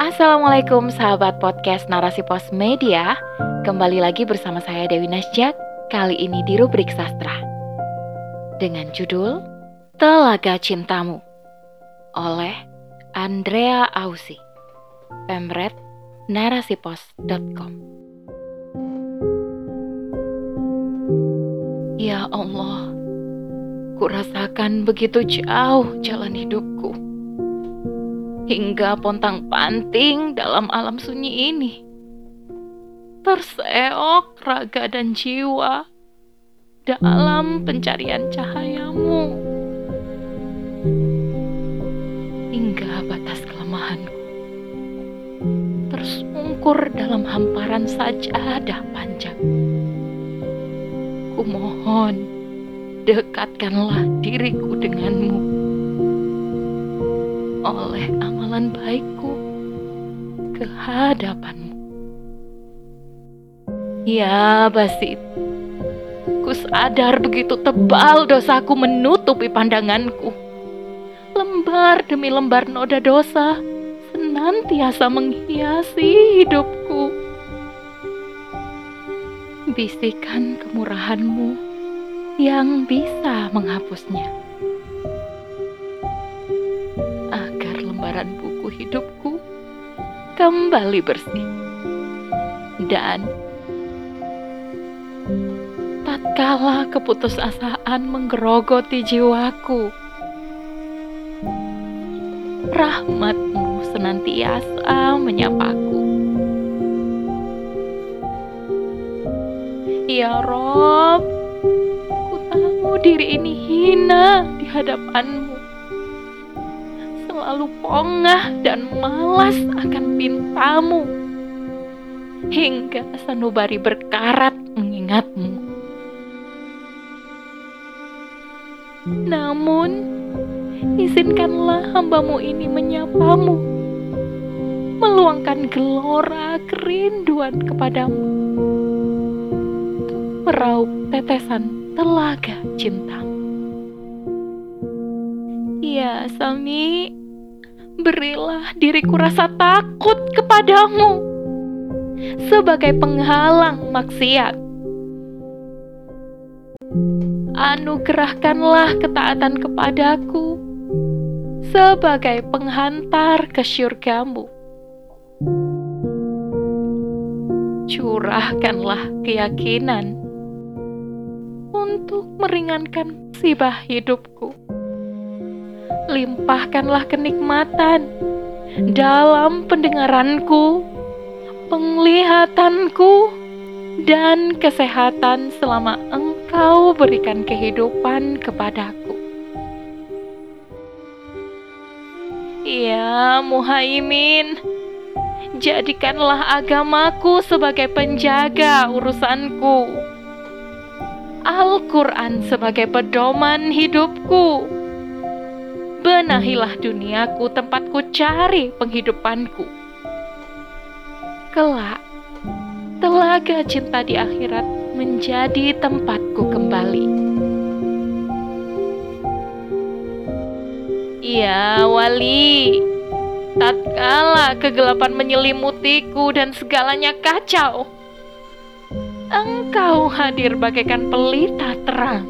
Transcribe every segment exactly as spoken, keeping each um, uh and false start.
Assalamualaikum sahabat podcast Narasi Pos Media. Kembali lagi bersama saya Dewi Nasjak. Kali ini di rubrik sastra dengan judul Telaga Cintamu oleh Andrea Ausi, Pemret narasipos dot com. Ya Allah, ku rasakan begitu jauh jalan hidupku, hingga pontang-panting dalam alam sunyi ini. Terseok raga dan jiwa dalam pencarian cahayamu, hingga batas kelemahanku tersungkur dalam hamparan sajadah panjang. Kumohon, dekatkanlah diriku denganmu oleh amalan baikku ke hadapanmu. Ya Basit, ku sadar begitu tebal dosaku menutupi pandanganku. Lembar demi lembar noda dosa senantiasa menghiasi hidupku. Bisikan kemurahanmu yang bisa menghapusnya, agar lembaran buku hidupku kembali bersih. Dan tatkala keputusasaan menggerogoti jiwaku, rahmatmu senantiasa menyapaku. Ya Rob, ku tahu diri ini hina di hadapanmu, selalu pongah dan malas akan pintamu, hingga sanubari berkarat mengingatmu. Namun, izinkanlah hambamu ini menyapamu, meluangkan gelora kerinduan kepadamu, meraup tetesan telaga cintamu. Ya Sami, berilah diriku rasa takut kepadamu sebagai penghalang maksiat. Anugerahkanlah ketaatan kepadaku sebagai penghantar ke syurgamu. Curahkanlah keyakinan untuk meringankan musibah hidupku. Limpahkanlah kenikmatan dalam pendengaranku, penglihatanku, dan kesehatan selama Engkau berikan kehidupan kepadaku. Ya Muhaimin, jadikanlah agamaku sebagai penjaga urusanku, Al-Quran sebagai pedoman hidupku. Benahilah duniaku tempatku cari penghidupanku. Kelak, telaga cinta di akhirat menjadi tempatku kembali. Ya Wali, tatkala kegelapan menyelimutiku dan segalanya kacau, Engkau hadir bagaikan pelita terang.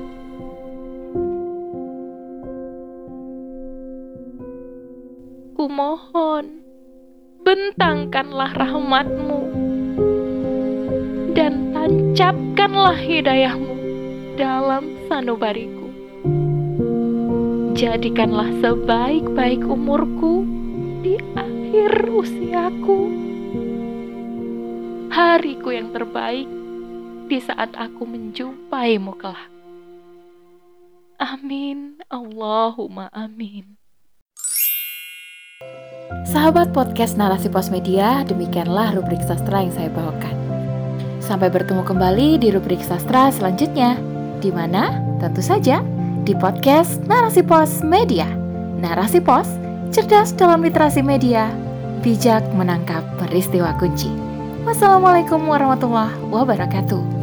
Kumohon, bentangkanlah rahmatmu dan tancapkanlah hidayahmu dalam sanubariku. Jadikanlah sebaik-baik umurku di akhir usiaku, hariku yang terbaik di saat aku menjumpaimu kelak. Amin, Allahumma amin. Sahabat podcast Narasi Pos Media, demikianlah rubrik sastra yang saya bawakan. Sampai bertemu kembali di rubrik sastra selanjutnya, di mana tentu saja di podcast Narasi Pos Media. Narasi Pos, cerdas dalam literasi media, bijak menangkap peristiwa kunci. Wassalamualaikum warahmatullahi wabarakatuh.